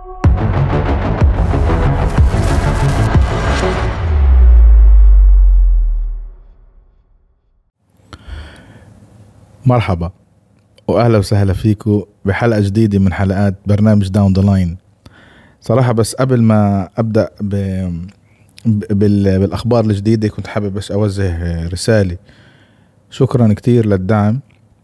مرحبا واهلا وسهلا فيكم بحلقه جديده من حلقات برنامج داون ذا لاين. صراحه بس قبل ما ابدا بالاخبار الجديده كنت حابب بس اوجه رساله. شكرا كتير للدعم،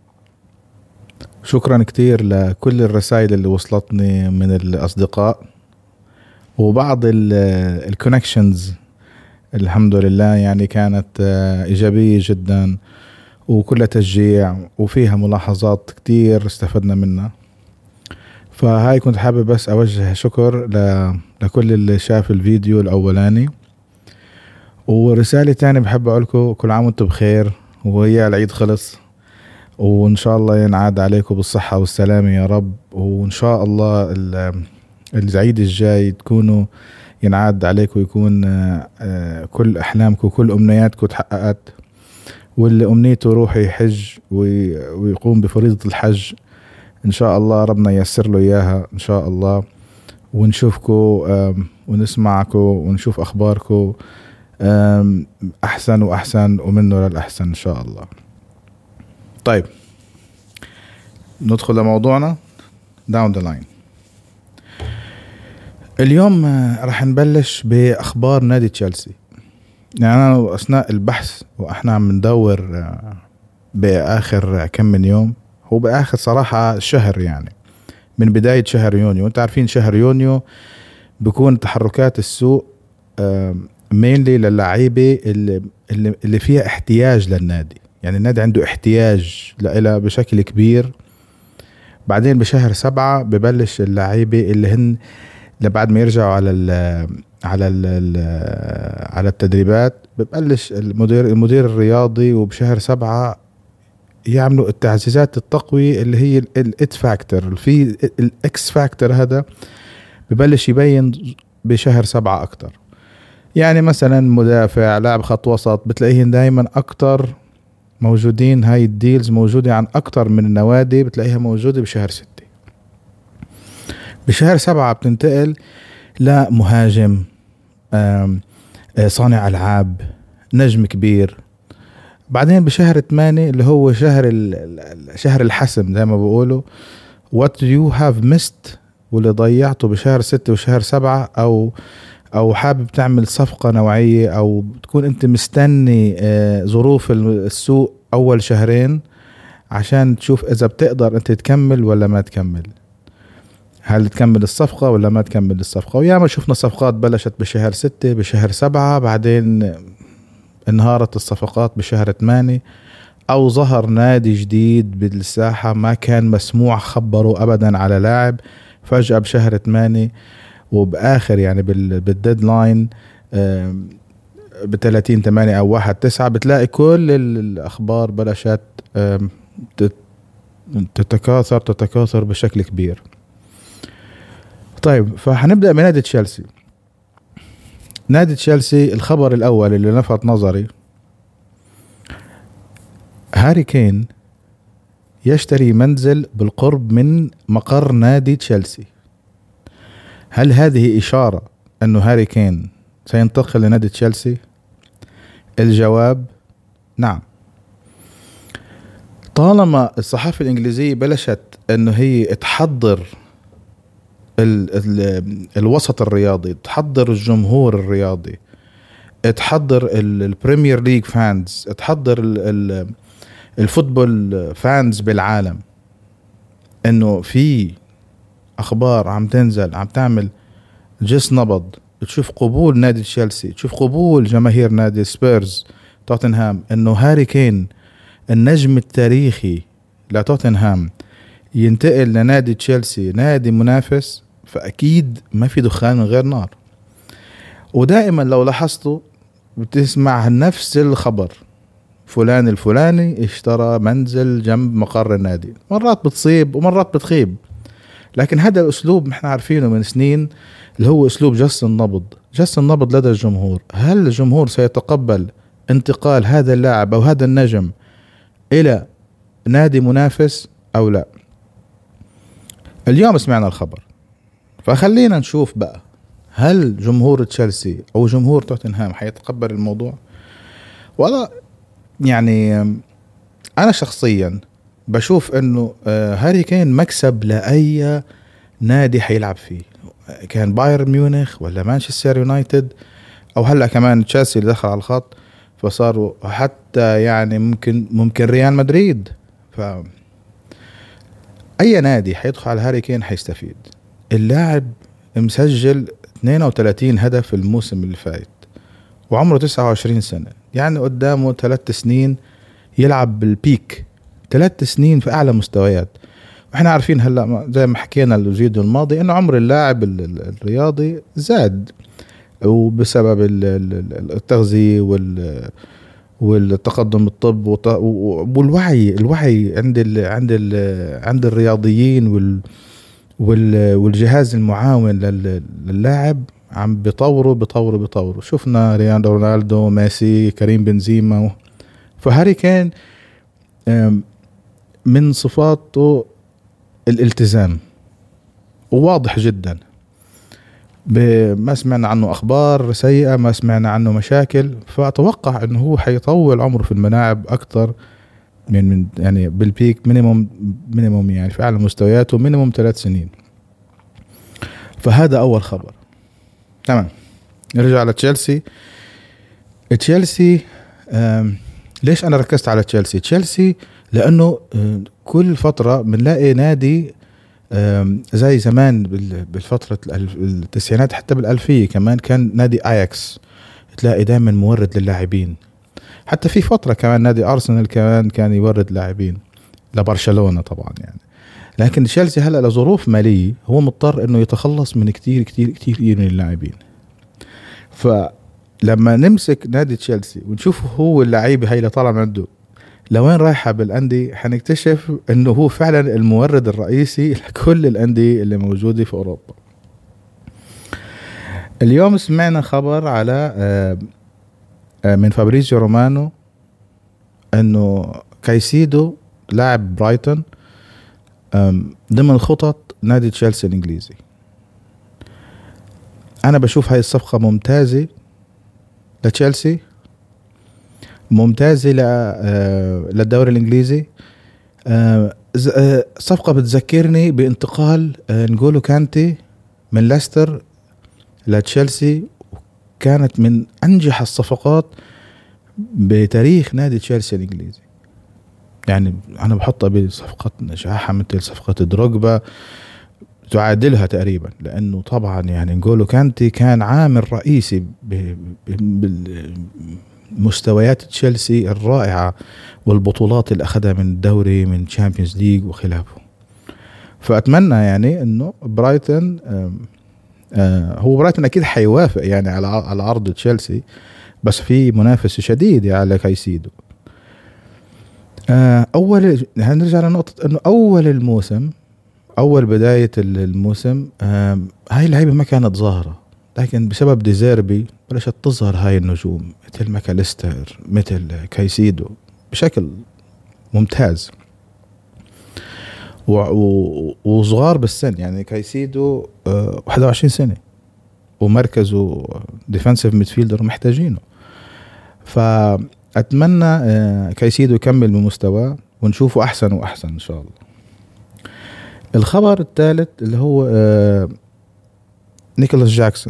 شكرا كتير لكل الرسائل اللي وصلتني من الاصدقاء وبعض الكونكشنز. الحمد لله يعني كانت ايجابيه جدا وكلها تشجيع وفيها ملاحظات كتير استفدنا منها. فهاي كنت حابب بس اوجه شكر لكل اللي شاف الفيديو الاولاني. ورسالة تانية بحب اقولكم كل عام وانتم بخير، وهي العيد خلص وان شاء الله ينعاد عليكم بالصحة والسلامة يا رب. وان شاء الله العيد الجاي تكونوا ينعاد عليكم ويكون كل احلامكم وكل امنياتكم تحققت، واللي أمنيته يروح يحج ويقوم بفريضة الحج إن شاء الله ربنا ييسر له إياها إن شاء الله. ونشوفكم ونسمعكم ونشوف أخباركم أحسن وأحسن ومنه للأحسن إن شاء الله. طيب ندخل لموضوعنا down the line. اليوم رح نبلش بأخبار نادي تشيلسي. يعني أنا أثناء البحث وإحنا عم ندور بآخر كم من يوم، هو بآخر صراحة شهر، يعني من بداية شهر يونيو. وانت عارفين شهر يونيو بيكون تحركات السوق مينلي للعيبة اللي فيها احتياج للنادي. يعني النادي عنده احتياج لإلها بشكل كبير. بعدين بشهر 7 ببلش اللعيبة اللي هن لبعد ما يرجعوا على التدريبات ببلش المدير الرياضي، وبشهر 7 يعملوا التعزيزات التقوية اللي هي الات فاكتور. في الاكس فاكتور هذا ببلش يبين بشهر 7 اكتر. يعني مثلا مدافع، لاعب خط وسط، بتلاقيهم دايما اكتر موجودين. هاي الديلز موجودة عن اكتر من النوادي، بتلاقيها موجودة بشهر 6. بشهر 7 بتنتقل لمهاجم، صانع ألعاب، نجم كبير. بعدين بشهر 8 اللي هو شهر الحسم زي ما بيقولوا، what you have missed، واللي ضيعته بشهر 6 وشهر 7، أو حابب تعمل صفقة نوعية، أو تكون أنت مستني ظروف السوق أول شهرين عشان تشوف إذا بتقدر أنت تكمل ولا ما تكمل. هل تكمل الصفقة ولا ما تكمل الصفقة؟ وياما شفنا صفقات بلشت بشهر 6 بشهر 7، بعدين انهارت الصفقات بشهر 8، أو ظهر نادي جديد بالساحة ما كان مسموع خبره أبدا على لاعب فجأة بشهر 8. وبآخر يعني بالديدلاين ب30/8 أو 1/9 بتلاقي كل الأخبار بلشت تتكاثر بشكل كبير. طيب فهنبدأ بنادي تشيلسي. نادي تشيلسي الخبر الأول اللي لفت نظري، هاري كين يشتري منزل بالقرب من مقر نادي تشيلسي. هل هذه إشارة أنه هاري كين سينتقل لنادي تشيلسي؟ الجواب نعم. طالما الصحافة الإنجليزية بلشت أنه هي تحضر الوسط الرياضي، تحضر الجمهور الرياضي، تحضر البريمير ليج فانز، تحضر الفوتبول فانز بالعالم، انه في اخبار عم تنزل عم تعمل جس نبض. تشوف قبول نادي تشيلسي، تشوف قبول جماهير نادي سبيرز، توتنهام، انه هاري كين النجم التاريخي لتوتنهام ينتقل لنادي تشيلسي، نادي منافس. فأكيد ما في دخان من غير نار. ودائما لو لاحظتوا بتسمع نفس الخبر، فلان الفلاني اشترى منزل جنب مقر النادي. مرات بتصيب ومرات بتخيب، لكن هذا الأسلوب احنا عارفينه من سنين، اللي هو أسلوب جس النبض لدى الجمهور. هل الجمهور سيتقبل انتقال هذا اللاعب أو هذا النجم إلى نادي منافس أو لا؟ اليوم سمعنا الخبر، فخلينا نشوف بقى، هل جمهور تشيلسي او جمهور توتنهام حيتقبل الموضوع؟ والله يعني انا شخصيا بشوف انه هاري كين مكسب لاي نادي حيلعب فيه، كان بايرن ميونخ ولا مانشستر يونايتد او هلا كمان تشيلسي اللي دخل على الخط، فصاروا حتى يعني ممكن ريال مدريد. ف اي نادي حيدخل على هاري كين حيستفيد. اللاعب مسجل 32 هدف الموسم اللي فات وعمره 29 سنة، يعني قدامه 3 سنين يلعب بالبيك، 3 سنين في أعلى مستويات. وإحنا عارفين هلأ زي ما حكينا الفيديو الماضي إنه عمر اللاعب الرياضي زاد، وبسبب التغذية والتقدم الطب والوعي عند الرياضيين والجهاز المعاون للاعب عم بيطوروا. شفنا رونالدو، ميسي، كريم بنزيما. فهاري كين من صفاته الالتزام، وواضح جدا، ما سمعنا عنه اخبار سيئة، ما سمعنا عنه مشاكل. فاتوقع انه هو حيطول عمره في الملاعب اكتر من يعني بالبيك مينيموم يعني في اعلى مستوياته مينيموم 3 سنين. فهذا اول خبر. تمام، نرجع على تشيلسي. ليش انا ركزت على تشيلسي؟ لانه كل فترة بنلاقي نادي زي زمان بالفترة التسعينات حتى بالألفية كمان كان نادي اياكس تلاقي دائما مورد للاعبين. حتى في فترة كمان نادي أرسنال كان يورد لاعبين لبرشلونة طبعا يعني. لكن تشيلسي هلأ لظروف مالية هو مضطر انه يتخلص من كتير من اللاعبين. فلما نمسك نادي تشيلسي ونشوف هو اللعيبة هاي اللي طالع عنده لوين رايحة بالأندية، حنكتشف انه هو فعلا المورد الرئيسي لكل الأندية اللي موجودة في أوروبا. اليوم سمعنا خبر على من فابريزيو رومانو انه كايسيدو لاعب برايتون ضمن خطط نادي تشيلسي الانجليزي. انا بشوف هاي الصفقة ممتازة لتشيلسي، ممتازة للدوري الانجليزي. صفقة بتذكرني بانتقال نقولو كانتي من ليستر لتشيلسي، كانت من أنجح الصفقات بتاريخ نادي تشيلسي الإنجليزي. يعني أنا بحطها بصفقة نجاحها مثل صفقة دروجبا تعادلها تقريبا، لأنه طبعا يعني نقوله كانتي كان عامل رئيسي بمستويات تشيلسي الرائعة والبطولات اللي أخذها من الدوري من تشامبيونز ليج وخلافه. فأتمنى يعني أنه برايتون هو برايتون أكيد حيوافق يعني على عرض تشيلسي، بس في منافسة شديدة على كايسيدو. هنرجع لنقطة أنه أول بداية الموسم هاي اللعيبة ما كانت ظاهرة، لكن بسبب ديزيربي بلشت تظهر هاي النجوم مثل ماكاليستر مثل كايسيدو بشكل ممتاز وصغار بالسن. يعني كايسيدو 21 سنة ومركزه ديفنسيف ميدفيلدر محتاجينه. فأتمنى كايسيدو يكمل بمستواه ونشوفه أحسن وأحسن إن شاء الله. الخبر الثالث اللي هو نيكولاس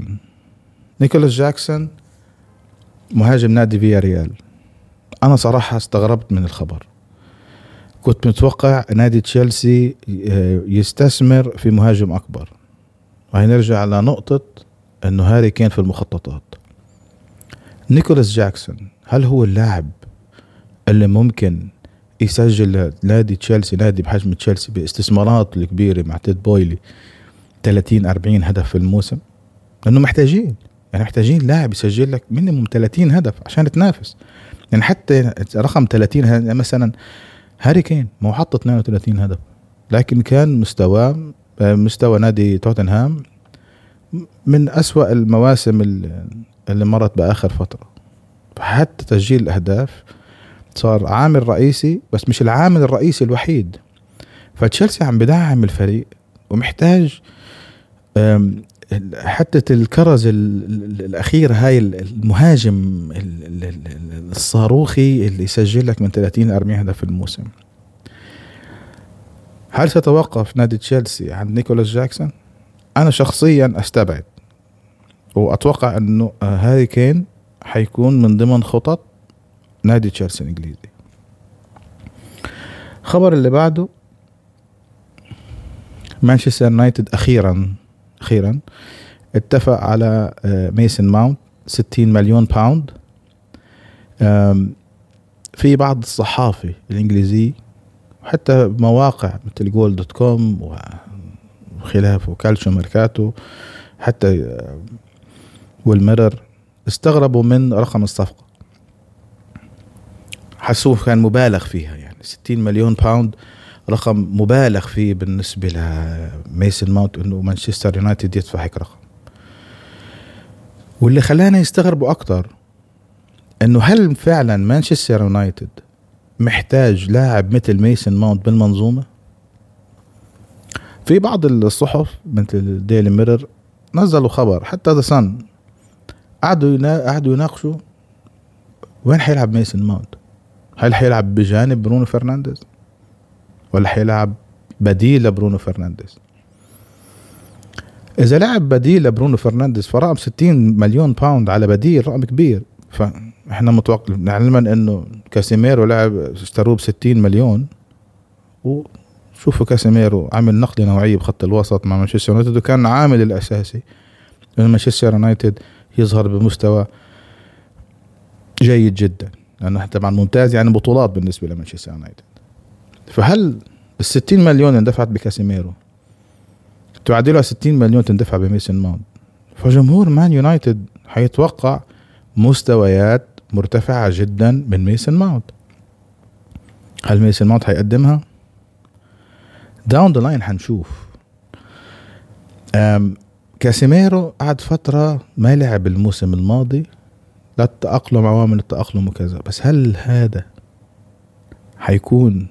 جاكسون مهاجم نادي فياريال. أنا صراحة استغربت من الخبر، كنت متوقع نادي تشيلسي يستثمر في مهاجم أكبر. وهنرجع على نقطة أنه هاري كين في المخططات. نيكولاس جاكسون هل هو اللاعب اللي ممكن يسجل نادي تشيلسي، نادي بحجم تشيلسي باستثمارات الكبيرة مع تيد بويلي 30-40 هدف في الموسم؟ لأنه محتاجين لاعب يسجل لك مينيموم 30 هدف عشان تنافس. يعني حتى رقم 30 مثلا هاري كين ما هو حط 32 هدف، لكن كان مستوى نادي توتنهام من أسوأ المواسم اللي مرت بآخر فترة. فحتى تسجيل الأهداف صار عامل رئيسي، بس مش العامل الرئيسي الوحيد. فتشيلسي عم بدعم الفريق ومحتاج حتى الكرز الأخير هاي المهاجم الصاروخي اللي يسجل لك من 30 ل 40 هدف في الموسم. هل ستوقف نادي تشيلسي عن نيكولاس جاكسون؟ أنا شخصيا أستبعد، وأتوقع أنه هاري كين حيكون من ضمن خطط نادي تشيلسي الإنجليزي. خبر اللي بعده، مانشستر يونايتد أخيرا اتفق على ميسن ماونت 60 مليون باوند. في بعض الصحافي الإنجليزي وحتى مواقع مثل جول.com وخلافه وكالشو ميركاتو حتى والميرر استغربوا من رقم الصفقة، حسوه كان مبالغ فيها. يعني 60 مليون باوند رقم مبالغ فيه بالنسبة لميسن ماونت، انه مانشستر يونايتد يدفع هيك رقم. واللي خلانا يستغربوا اكتر انه هل فعلا مانشستر يونايتد محتاج لاعب مثل ميسن ماونت بالمنظومة؟ في بعض الصحف مثل ديلي ميرر نزلوا خبر، حتى ذا سان قعدوا يناقشوا وين حيلعب ميسن ماونت. هل حيلعب بجانب برونو فرنانديز ولا حيلعب بديل لبرونو فرنانديز؟ إذا لعب بديل لبرونو فرنانديز فرقم 60 مليون باوند على بديل رقم كبير. فإحنا متوقع علما إنه كاسيميرو لعب اشتروه ب60 مليون، وشوفوا كاسيميرو عمل نقلة نوعية بخط الوسط مع مانشستر يونايتد، وكان عامل الأساسي إن مانشستر يونايتد يظهر بمستوى جيد جدا، لأنه طبعا ممتاز يعني بطولات بالنسبة لمانشستر يونايتد. فهل 60 مليون اندفعت بكاسيميرو تعادلها 60 مليون تندفع بميسن ماونت؟ فجمهور مان يونايتد حيتوقع مستويات مرتفعة جدا من ميسن ماونت. هل ميسن ماونت حيقدمها؟ داون ذا لاين حنشوف. كاسيميرو قعد فترة ما لعب الموسم الماضي للتأقلم، عوامل التأقلم وكذا، بس هل هذا حيكون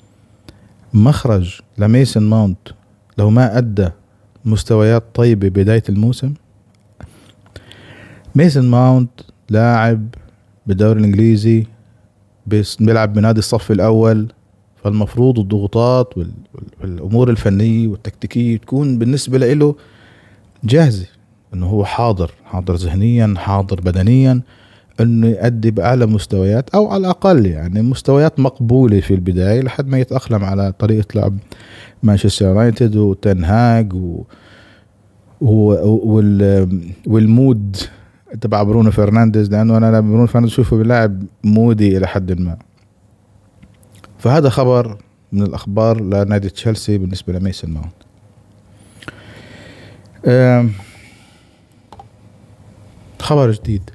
مخرج لميسن ماونت لو ما أدى مستويات طيبة بداية الموسم؟ ميسن ماونت لاعب بالدوري الإنجليزي بيلعب بنادي الصف الأول، فالمفروض الضغوطات والأمور الفنية والتكتيكية تكون بالنسبة له جاهزة، إنه هو حاضر ذهنيا، حاضر بدنيا، إنه يؤدي بأعلى مستويات أو على الأقل يعني مستويات مقبولة في البداية لحد ما يتأقلم على طريقة لعب مانشستر يونايتد وتنهاج والمود تبع برونو فرنانديز، لأنه أنا برونو فرنانديز شوفه بلاعب مودي إلى حد ما. فهذا خبر من الأخبار لنادي تشيلسي بالنسبة لميسن ماونت. خبر جديد،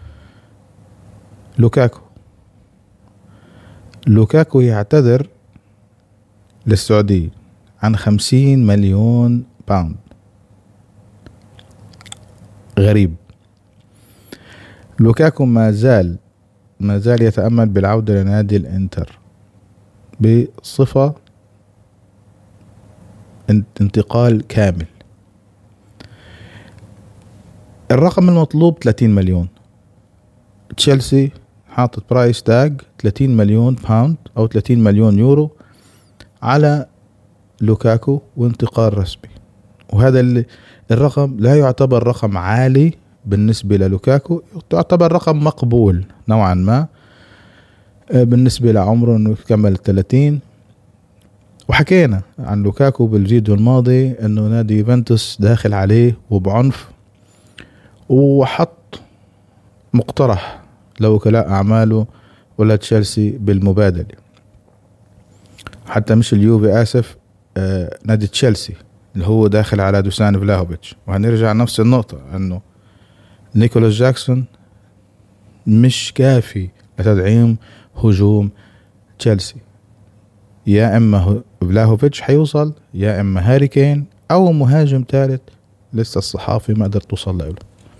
لوكاكو يعتذر للسعودية عن 50 مليون باوند. غريب. لوكاكو ما زال يتأمل بالعودة لنادي الانتر بصفة انتقال كامل. الرقم المطلوب 30 مليون. تشيلسي حاطط برايس تاج 30 مليون باوند أو 30 مليون يورو على لوكاكو وانتقال رسمي، وهذا الرقم لا يعتبر رقم عالي بالنسبة للوكاكو، تعتبر رقم مقبول نوعا ما بالنسبة لعمره انه يكمل 30. وحكينا عن لوكاكو بالفيديو الماضي انه نادي يوفنتوس داخل عليه وبعنف، وحط مقترح لوكلاء اعماله ولا تشيلسي بالمبادلة، حتى مش اليوفي اسف، نادي تشيلسي اللي هو داخل على دوسان فلاهوفيتش. وهنرجع نفس النقطة انه نيكولاس جاكسون مش كافي لتدعيم هجوم تشيلسي، يا اما فلاهوفيتش حيوصل، يا اما هاري كين او مهاجم ثالث لسه الصحافي ما قدرت توصل له.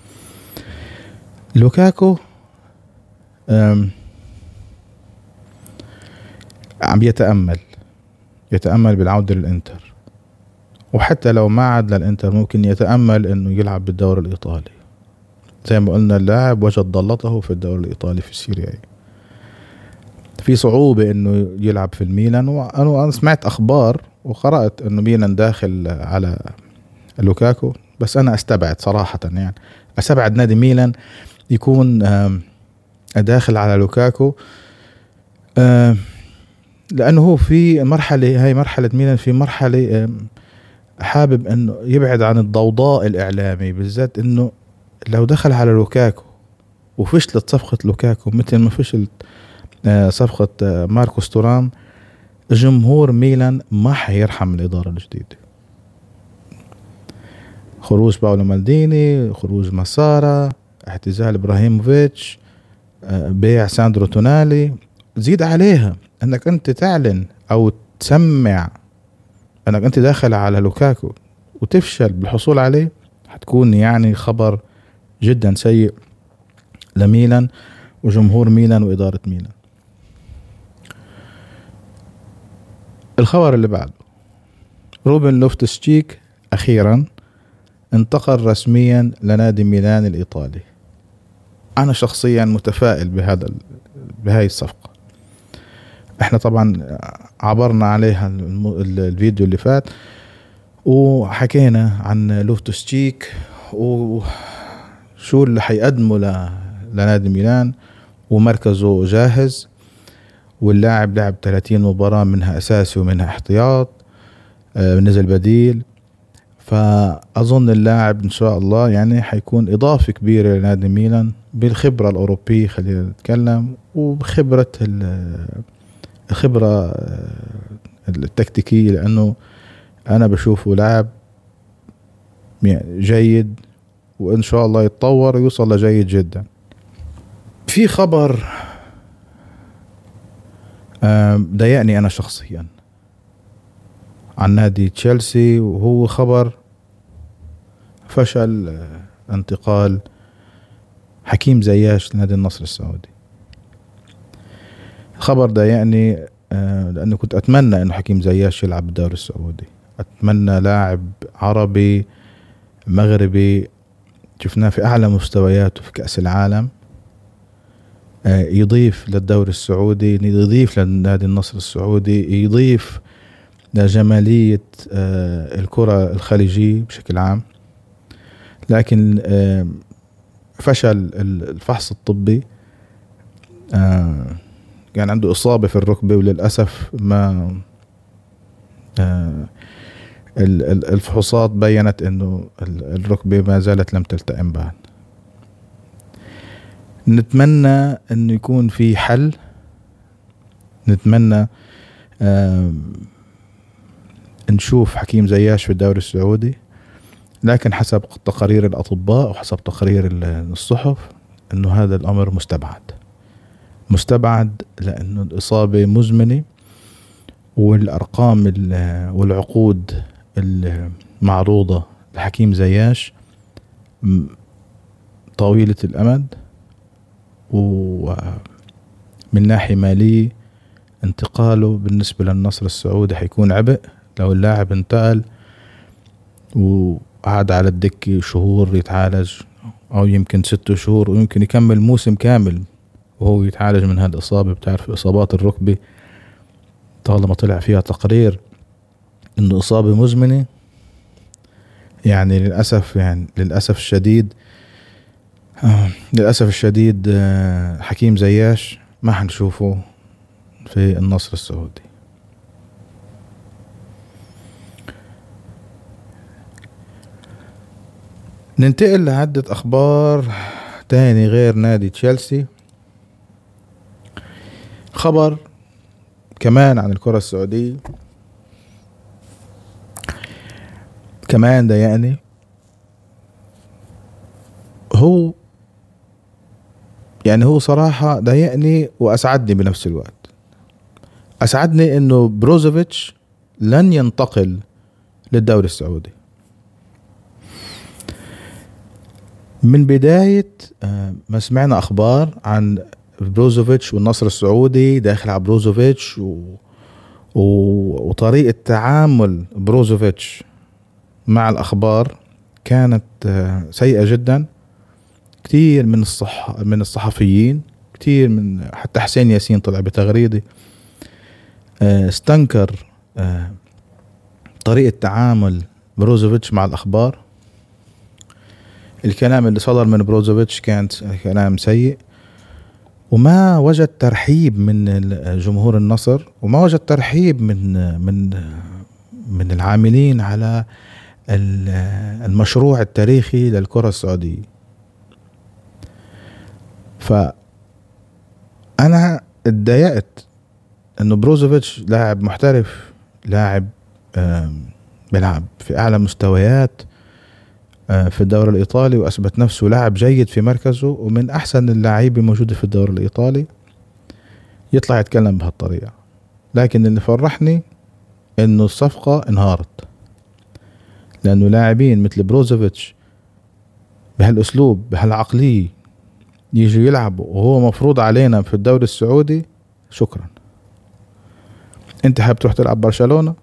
لوكاكو عم يتأمل بالعودة للإنتر، وحتى لو ما عاد للإنتر ممكن يتأمل إنه يلعب بالدوري الإيطالي. زي ما قلنا اللاعب وجد ضلته في الدوري الإيطالي في السيريا. في صعوبة إنه يلعب في الميلان، وأنا سمعت أخبار وقرأت إنه ميلان داخل على لوكاكو، بس أنا أستبعد صراحة، يعني أستبعد نادي ميلان يكون داخل على لوكاكو، لأنه هو في مرحلة، هاي مرحلة ميلان في مرحلة حابب إنه يبعد عن الضوضاء الإعلامي، بالذات إنه لو دخل على لوكاكو وفشلت صفقة لوكاكو مثل ما فشلت صفقة ماركوس تورام، جمهور ميلان ما حيرحم الإدارة الجديدة. خروج باولو مالديني، خروج مسارا، اعتزال إبراهيموفيتش، بيع ساندرو تونالي، زيد عليها انك انت تعلن او تسمع انك انت داخل على لوكاكو وتفشل بالحصول عليه، حتكون يعني خبر جدا سيء لميلان وجمهور ميلان وإدارة ميلان. الخبر اللي بعده، روبن لوفتس-تشيك أخيرا انتقل رسميا لنادي ميلان الإيطالي. أنا شخصيا متفائل بهاي الصفقة. احنا طبعا عبرنا عليها الفيديو اللي فات وحكينا عن لوفتس-تشيك وشو اللي حيقدمه لنادي ميلان، ومركزه جاهز، واللاعب لعب 30 مباراة منها أساسي ومنها احتياط، نزل بديل. فأظن اللاعب إن شاء الله يعني حيكون إضافة كبيرة لنادي ميلان بالخبرة الأوروبية، خلينا نتكلم، وبخبرة الخبرة التكتيكية، لأنه أنا بشوفه لاعب جيد وإن شاء الله يتطور ويوصل لجيد جدا. في خبر ضايقني أنا شخصيا عن نادي تشيلسي، وهو خبر فشل انتقال حكيم زياش لنادي النصر السعودي. خبر ضايقني لأنه كنت أتمنى أنه حكيم زياش يلعب بالدوري السعودي، أتمنى لاعب عربي مغربي شفناه في أعلى مستوياته في كأس العالم يضيف للدوري السعودي، يضيف لنادي النصر السعودي، يضيف لجمالية الكرة الخليجية بشكل عام. لكن فشل الفحص الطبي، كان عنده إصابة في الركبة، وللأسف ما الفحوصات بيّنت إنه الركبة ما زالت لم تلتئم بعد. نتمنى إنه يكون في حل، نتمنى نشوف حكيم زياش في الدوري السعودي، لكن حسب تقارير الأطباء وحسب تقارير الصحف إنه هذا الأمر مستبعد، لأنه الإصابة مزمنة، والأرقام والعقود المعروضة لحكيم زياش طويلة الأمد، ومن ناحية مالية انتقاله بالنسبة للنصر السعودي حيكون عبء. لو اللاعب انتقل وقعد على الدكة شهور يتعالج، أو يمكن 6 شهور، ويمكن يكمل موسم كامل وهو يتعالج من هذه الإصابة. بتعرف إصابات الركبة طالما طلع فيها تقرير إنه إصابة مزمنة، يعني للأسف الشديد حكيم زياش ما حنشوفه في النصر السعودي. ننتقل لعدة أخبار تاني غير نادي تشيلسي. خبر كمان عن الكرة السعودية كمان ضايقني، هو صراحة ضايقني وأسعدني بنفس الوقت. أسعدني إنه بروزوفيتش لن ينتقل للدوري السعودي. من بداية ما سمعنا أخبار عن بروزوفيتش والنصر السعودي داخل على بروزوفيتش وطريقة تعامل بروزوفيتش مع الأخبار كانت سيئة جدا. كتير من الصحفيين، كتير من حتى حسين ياسين طلع بتغريدة استنكر طريقة تعامل بروزوفيتش مع الأخبار. الكلام اللي صدر من بروزوفيتش كان كلام سيء، وما وجد ترحيب من جمهور النصر، وما وجد ترحيب من العاملين على المشروع التاريخي للكرة السعودية. فأنا اتضايقت انه بروزوفيتش لاعب محترف، لاعب بيلعب في اعلى مستويات في الدوري الإيطالي، وأثبت نفسه لاعب جيد في مركزه ومن أحسن اللاعبين الموجودة في الدوري الإيطالي، يطلع يتكلم بهالطريقة. لكن اللي فرحني إنه الصفقة انهارت، لأنه لاعبين مثل بروزوفيتش بهالأسلوب بهالعقلية يجوا يلعبوا وهو مفروض علينا في الدوري السعودي. شكرا. أنت حابب تروح تلعب برشلونة،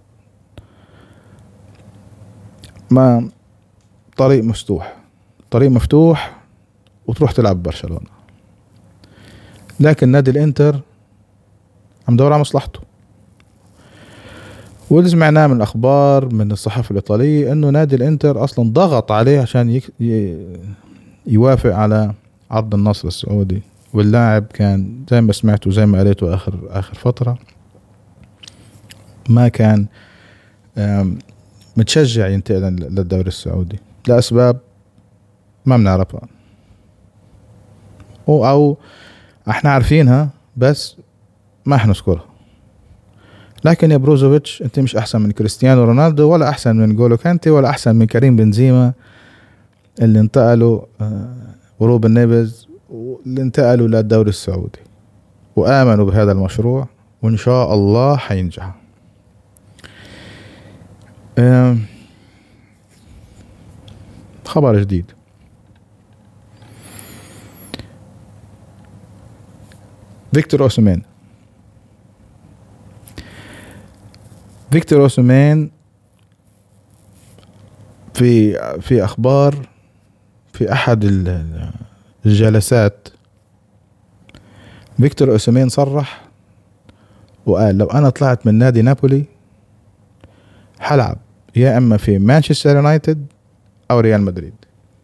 ما طريق مفتوح وتروح تلعب برشلونة. لكن نادي الانتر عم دور على مصلحته، واللي سمعناه من الأخبار من الصحافة الإيطالية إنه نادي الانتر أصلا ضغط عليه عشان يوافق على عرض النصر السعودي. واللاعب كان زي ما سمعته زي ما قريته آخر فترة ما كان متشجع ينتقل للدوري السعودي لأسباب ما بنعرفها أو احنا عارفينها بس ما حنذكرها. لكن يا بروزوفيتش، انت مش احسن من كريستيانو رونالدو، ولا احسن من جولو كانتي، ولا احسن من كريم بنزيما اللي انتقلوا وروبن نيفيز اللي انتقلوا للدوري السعودي وآمنوا بهذا المشروع، وإن شاء الله حينجح. خبر جديد، فيكتور أوسمان في أخبار في أحد الجلسات. فيكتور أوسمان صرح وقال لو أنا طلعت من نادي نابولي حلعب يا إما في مانشستر يونايتد أو ريال مدريد.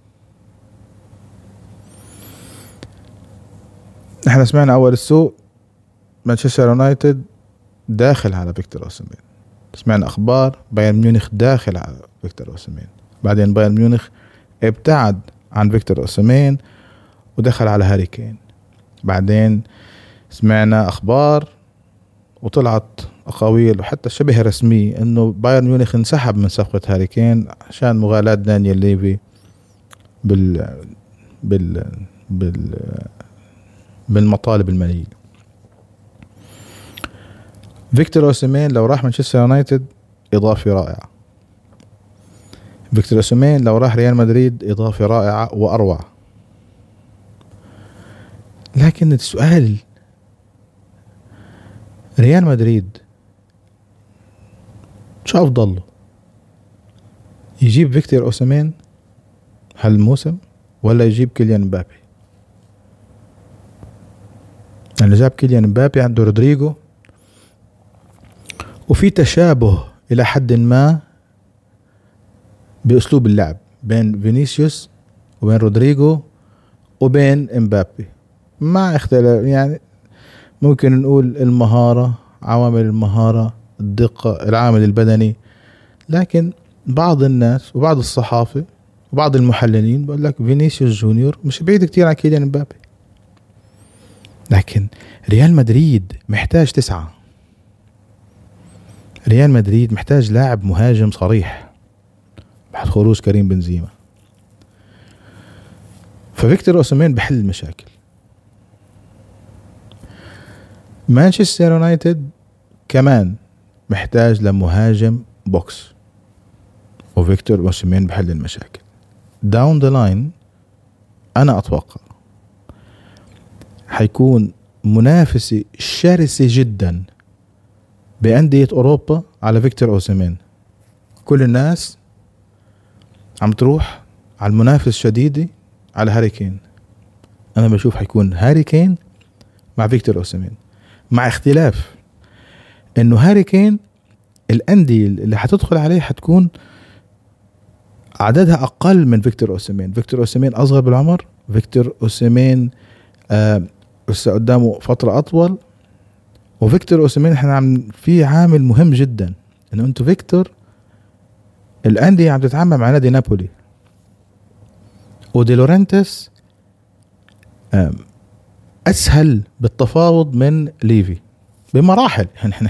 احنا سمعنا أول السوق مانشستر يونايتد داخل على فيكتور أوسمان، سمعنا أخبار بايرن ميونخ داخل على فيكتور أوسمان، بعدين بايرن ميونخ ابتعد عن فيكتور أوسمان ودخل على هاري كين. بعدين سمعنا أخبار وطلعت أقاويل وحتى شبه رسمي إنه بايرن ميونخ انسحب من صفقة هاري كين عشان مغالاة دانيال ليفي بالمطالب المالية. فيكتور أوسمان لو راح مانشستر يونايتد إضافة رائعة، فيكتور أوسمان لو راح ريال مدريد إضافة رائعة وأروع. لكن السؤال، ريال مدريد شو أفضل له، يجيب فيكتور أوسمان هالموسم ولا يجيب كيليان مبابي؟ يعني جاب كيليان مبابي عنده رودريجو، وفي تشابه إلى حد ما بأسلوب اللعب بين فينيسيوس وبين رودريجو وبين مبابي، مع اختلاف يعني ممكن نقول المهارة، عوامل المهارة، الدقة، العامل البدني. لكن بعض الناس وبعض الصحافة وبعض المحللين بقول لك فينيسيوس جونيور مش بعيد كتير عن كيليان مبابي. لكن ريال مدريد محتاج 9، ريال مدريد محتاج لاعب مهاجم صريح بعد خروج كريم بنزيما. ففيكتور أوسمان بحل المشاكل. مانشستر يونايتد كمان محتاج لمهاجم بوكس، وفيكتور أوسمان بحل المشاكل. داون ذا لاين أنا أتوقع حيكون منافسة شرسة جدا بأندية أوروبا على فيكتور أوسمان. كل الناس عم تروح على المنافس الشديدة على هاري كين. أنا بشوف حيكون هاري كين مع فيكتور أوسيمين، مع اختلاف إنه هاري كين الأندية اللي حتدخل عليه حتكون عددها أقل من فيكتور أوسيمين. فيكتور أوسيمين أصغر بالعمر، فيكتور أوسيمين لسه قدامه فترة أطول. وفيكتور أوسيمين احنا عم في عامل مهم جدا، إنه أنتو فيكتور الأندية عم تتعامل مع نادي نابولي، ودي لورنتس أسهل بالتفاوض من ليفي بمراحل. يعني احنا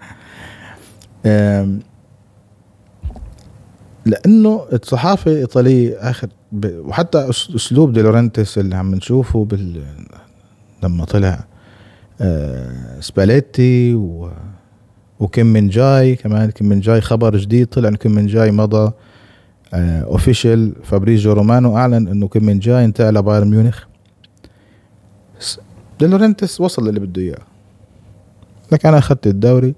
لأنه الصحافة الإيطالية آخر وحتى أسلوب دي لورنتس اللي عم نشوفه لما طلع سباليتي وكيم من جاي، كمان كيم من جاي خبر جديد طلع إنه كيم من جاي مضى اوفيشال. فابريزيو رومانو أعلن إنه كيم من جاي انتقل لبايرن ميونخ. دي لورنتس وصل اللي بده إياه. لكن أنا أخذت الدوري،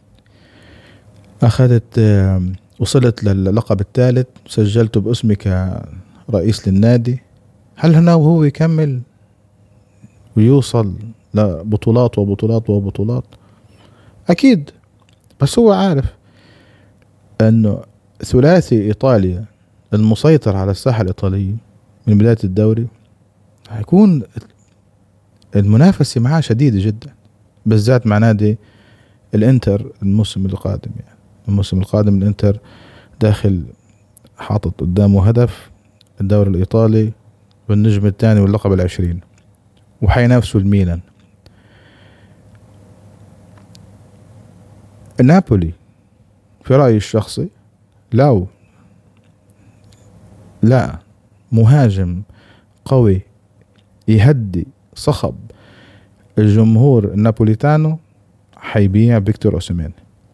وصلت للقب الثالث، سجلته باسمي كرئيس للنادي. هل هنا وهو يكمل ويوصل لبطولات وبطولات وبطولات؟ أكيد، بس هو عارف أنه ثلاثي إيطاليا المسيطر على الساحة الإيطالية من بداية الدوري هيكون المنافسة معاه شديدة جدا، بالذات مع نادي الانتر الموسم القادم. يعني الموسم القادم الانتر داخل حاطط قدامه هدف الدوري الإيطالي والنجم الثاني واللقب 20، وحينافسوا الميلان. نابولي في رأيي الشخصي لا مهاجم قوي يهدي صخب الجمهور النابوليتانو حيبيع فيكتور أوسيمين.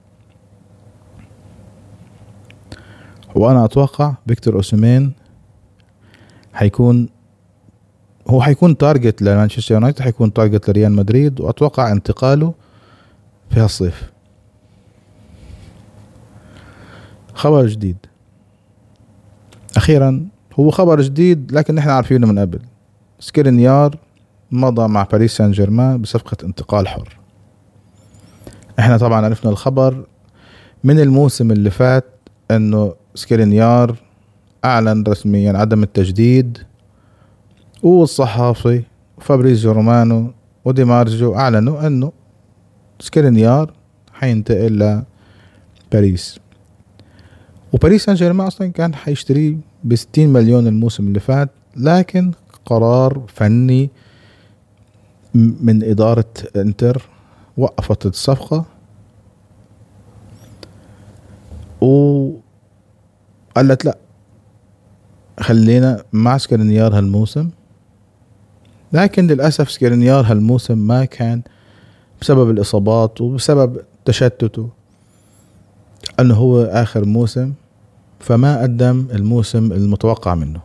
وأنا أتوقع فيكتور أوسيمين حيكون تارجت لمانشستر يونايتد، حيكون تارجت لريال مدريد، وأتوقع انتقاله في هالصيف. خبر جديد أخيرا، هو خبر جديد لكن نحن عارفينه من قبل. سكرينيار مضى مع باريس سان جيرمان بصفقة انتقال حر. احنا طبعا عرفنا الخبر من الموسم اللي فات انه سكرينيار اعلن رسميا عدم التجديد، والصحافي فابريزيو رومانو ودي مارجو اعلنوا انه سكرينيار حينتقل لباريس. وباريس سان جيرمان اصلا كان حيشتريه ب60 مليون الموسم اللي فات، لكن قرار فني من إدارة انتر وقفت الصفقة وقالت لا، خلينا مع سكرينيار هالموسم. لكن للأسف سكرينيار هالموسم ما كان، بسبب الإصابات وبسبب تشتته أنه هو آخر موسم، فما قدم الموسم المتوقع منه.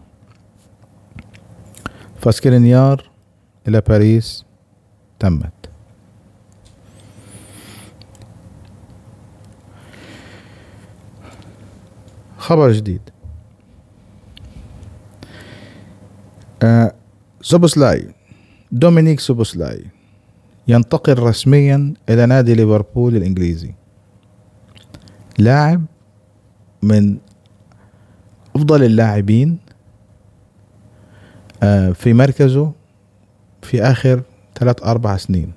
فسكرينيار إلى باريس تمت. خبر جديد، سوبوسلاي، دومينيك سوبوسلاي ينتقل رسميا إلى نادي ليفربول الإنجليزي. لاعب من أفضل اللاعبين في مركزه في آخر 3-4 سنين،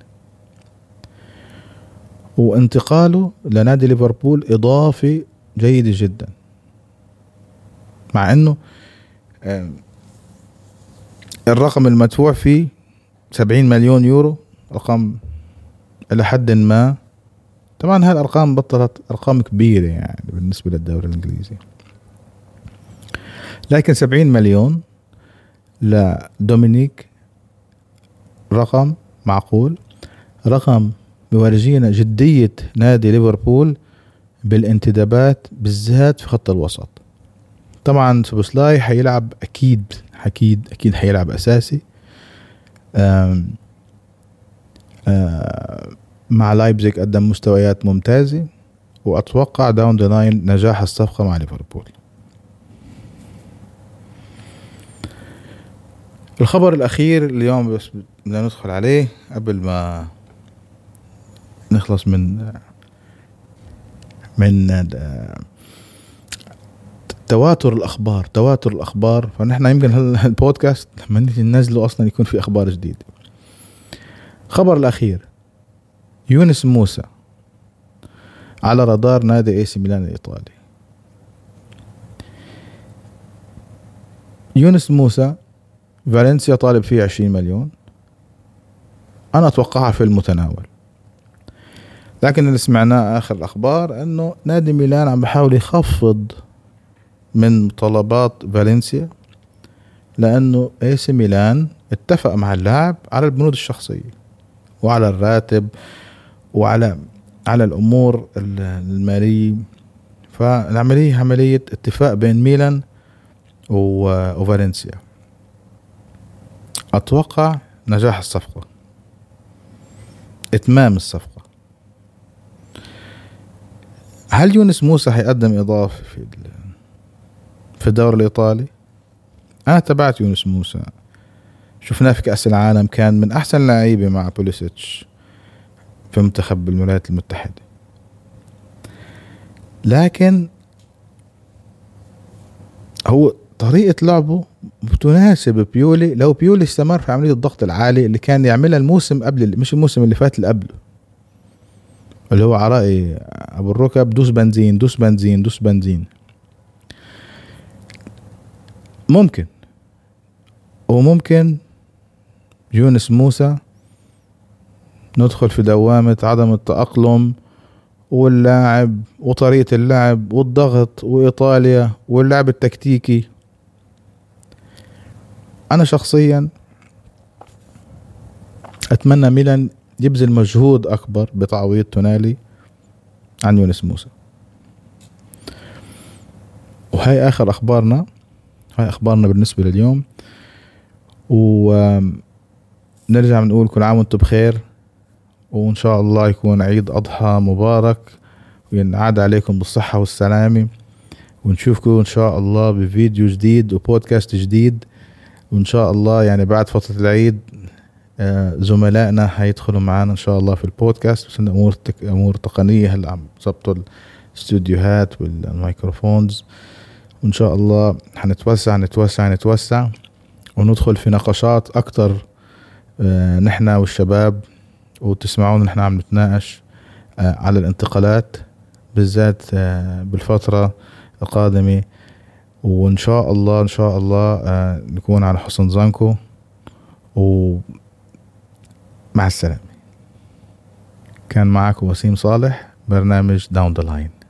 وانتقاله لنادي ليفربول إضافة جيدة جدا، مع أنه الرقم المدفوع فيه 70 مليون يورو، رقم إلى حد ما. طبعا هالأرقام بطلت أرقام كبيرة يعني بالنسبة للدوري الإنجليزي، لكن 70 مليون لدومينيك رقم معقول، رقم بيورجينا جدية نادي ليفربول بالانتدابات بالذات في خط الوسط. طبعا سوبوسلاي حيلعب أكيد حيلعب أساسي مع لايبزيج، قدم مستويات ممتازة، وأتوقع داون ذا لاين نجاح الصفقة مع ليفربول. الخبر الأخير اليوم بس بدنا ندخل عليه قبل ما نخلص من تواتر الأخبار. فنحن يمكن البودكاست لما نيجي ننزله أصلا يكون في أخبار جديدة. خبر الأخير: يونس موسى على رادار نادي اي سي ميلان الإيطالي. يونس موسى فالنسيا طالب فيه 20 مليون. أنا أتوقعها في المتناول، لكن اللي سمعناه آخر الأخبار أنه نادي ميلان عم بحاول يخفض من طلبات فالنسيا، لأنه اي سي ميلان اتفق مع اللاعب على البنود الشخصية وعلى الراتب وعلى الأمور المالية. فالعملية عملية اتفاق بين ميلان وفالنسيا. أتوقع نجاح الصفقة، إتمام الصفقة. هل يونس موسى هيقدم إضافة في الدوري الإيطالي؟ أنا تابعت يونس موسى، شفناه في كأس العالم، كان من أحسن لاعبين مع بوليسيتش في منتخب الولايات المتحدة. لكن هو طريقة لعبه بتناسب بيولي. لو بيولي استمر في عملية الضغط العالي اللي كان يعملها الموسم قبل، مش الموسم اللي فات، اللي قبله، اللي هو عرائي أبو الركب، دوس بنزين دوس بنزين دوس بنزين. ممكن يونس موسى ندخل في دوامة عدم التأقلم، واللاعب وطريقة اللعب والضغط وإيطاليا واللعب التكتيكي. أنا شخصيا أتمنى ميلان يبذل مجهود أكبر بتعويض تونالي عن يونس موسى. وهي آخر أخبارنا، بالنسبة لليوم. ونرجع بنقول كل عام وانتم بخير، وإن شاء الله يكون عيد أضحى مبارك وينعاد عليكم بالصحة والسلامة، ونشوفكم إن شاء الله بفيديو جديد وبودكاست جديد. وإن شاء الله يعني بعد فترة العيد زملائنا هيدخلوا معنا إن شاء الله في البودكاست، بس أمور تقنية هلا عم ضبطوا الاستوديوهات والميكروفونز. وإن شاء الله هنتوسع وندخل في نقاشات أكتر نحن والشباب، وتسمعون نحن عم نتناقش على الانتقالات بالذات بالفترة القادمة. وإن شاء الله نكون على حسن ظنكم، ومع السلامة. كان معكم وسيم صالح، برنامج داون ذا لاين.